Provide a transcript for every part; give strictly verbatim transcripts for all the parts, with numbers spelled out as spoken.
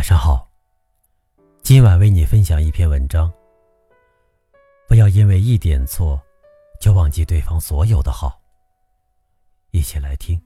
上好，今晚为你分享一篇文章。不要因为一点错就忘记对方所有的好。一起来听。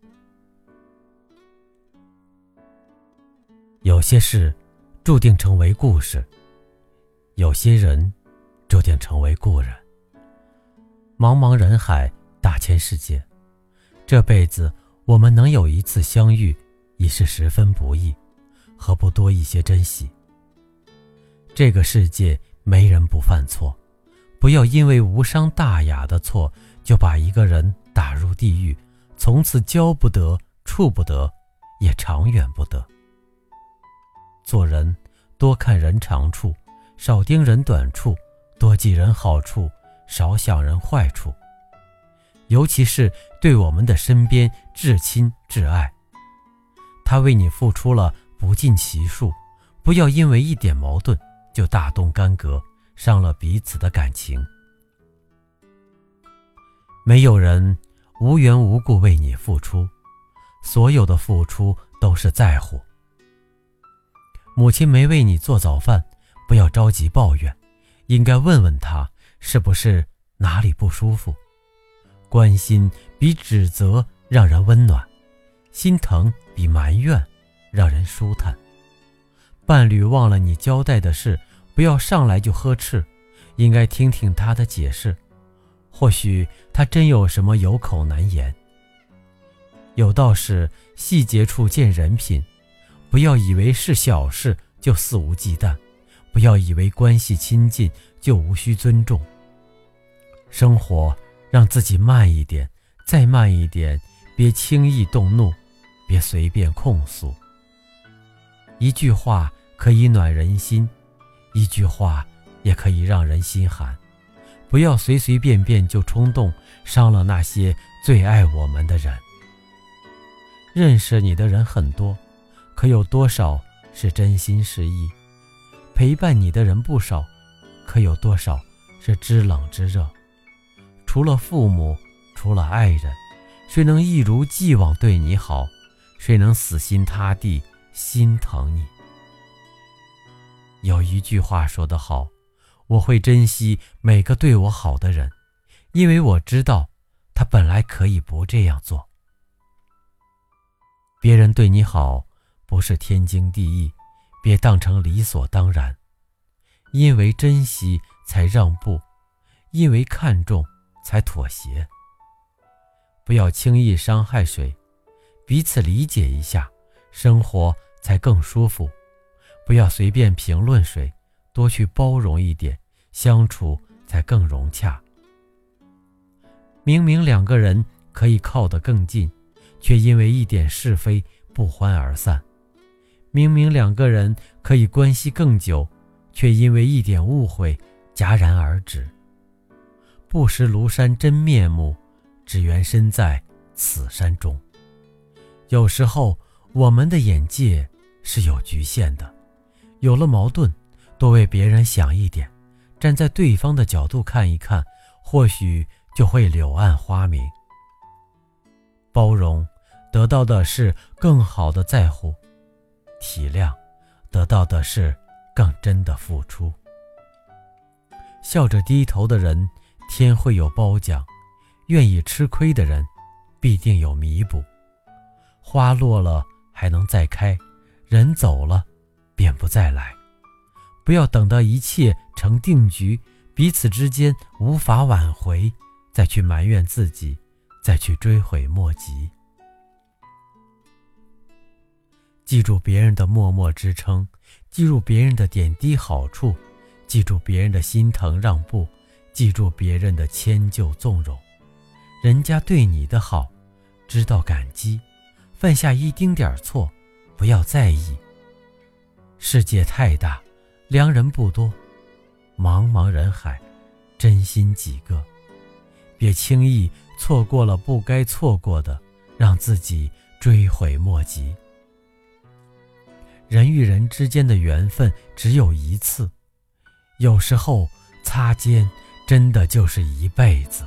有些事注定成为故事，有些人注定成为故人。茫茫人海，大千世界，这辈子我们能有一次相遇已是十分不易，何不多一些珍惜？这个世界没人不犯错，不要因为无伤大雅的错就把一个人打入地狱，从此交不得，处不得，也长远不得。做人多看人长处，少盯人短处，多记人好处，少想人坏处。尤其是对我们的身边至亲至爱，他为你付出了不计其数，不要因为一点矛盾就大动干戈，伤了彼此的感情。没有人无缘无故为你付出，所有的付出都是在乎。母亲没为你做早饭，不要着急抱怨，应该问问她是不是哪里不舒服。关心比指责让人温暖，心疼比埋怨让人舒坦。伴侣忘了你交代的事，不要上来就呵斥，应该听听他的解释，或许他真有什么有口难言。有道是细节处见人品，不要以为是小事就肆无忌惮，不要以为关系亲近就无需尊重。生活让自己慢一点，再慢一点，别轻易动怒，别随便控诉。一句话可以暖人心，一句话也可以让人心寒。不要随随便便就冲动，伤了那些最爱我们的人。认识你的人很多，可有多少是真心实意？陪伴你的人不少，可有多少是知冷知热？除了父母，除了爱人，谁能一如既往对你好？谁能死心塌地心疼你？有一句话说得好，我会珍惜每个对我好的人，因为我知道他本来可以不这样做。别人对你好不是天经地义，别当成理所当然。因为珍惜才让步，因为看重才妥协。不要轻易伤害谁，彼此理解一下，生活才更舒服。不要随便评论谁，多去包容一点，相处才更融洽。明明两个人可以靠得更近，却因为一点是非不欢而散。明明两个人可以关系更久，却因为一点误会戛然而止。不识庐山真面目，只缘身在此山中。有时候我们的眼界是有局限的，有了矛盾多为别人想一点，站在对方的角度看一看，或许就会柳暗花明。包容得到的是更好的在乎，体谅得到的是更真的付出。笑着低头的人天会有褒奖，愿意吃亏的人必定有弥补。花落了还能再开，人走了便不再来。不要等到一切成定局，彼此之间无法挽回，再去埋怨自己，再去追悔莫及。记住别人的默默支撑，记住别人的点滴好处，记住别人的心疼让步，记住别人的迁就纵容。人家对你的好，知道感激，犯下一丁点错，不要在意。世界太大，良人不多，茫茫人海，真心几个。别轻易错过了不该错过的，让自己追悔莫及。人与人之间的缘分只有一次，有时候擦肩真的就是一辈子。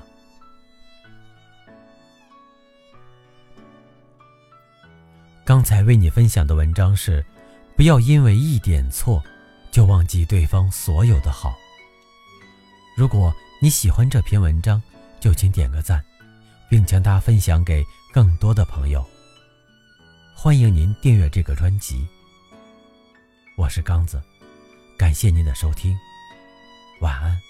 刚才为你分享的文章是不要因为一点错就忘记对方所有的好。如果你喜欢这篇文章，就请点个赞，并将它分享给更多的朋友。欢迎您订阅这个专辑。我是刚子，感谢您的收听，晚安。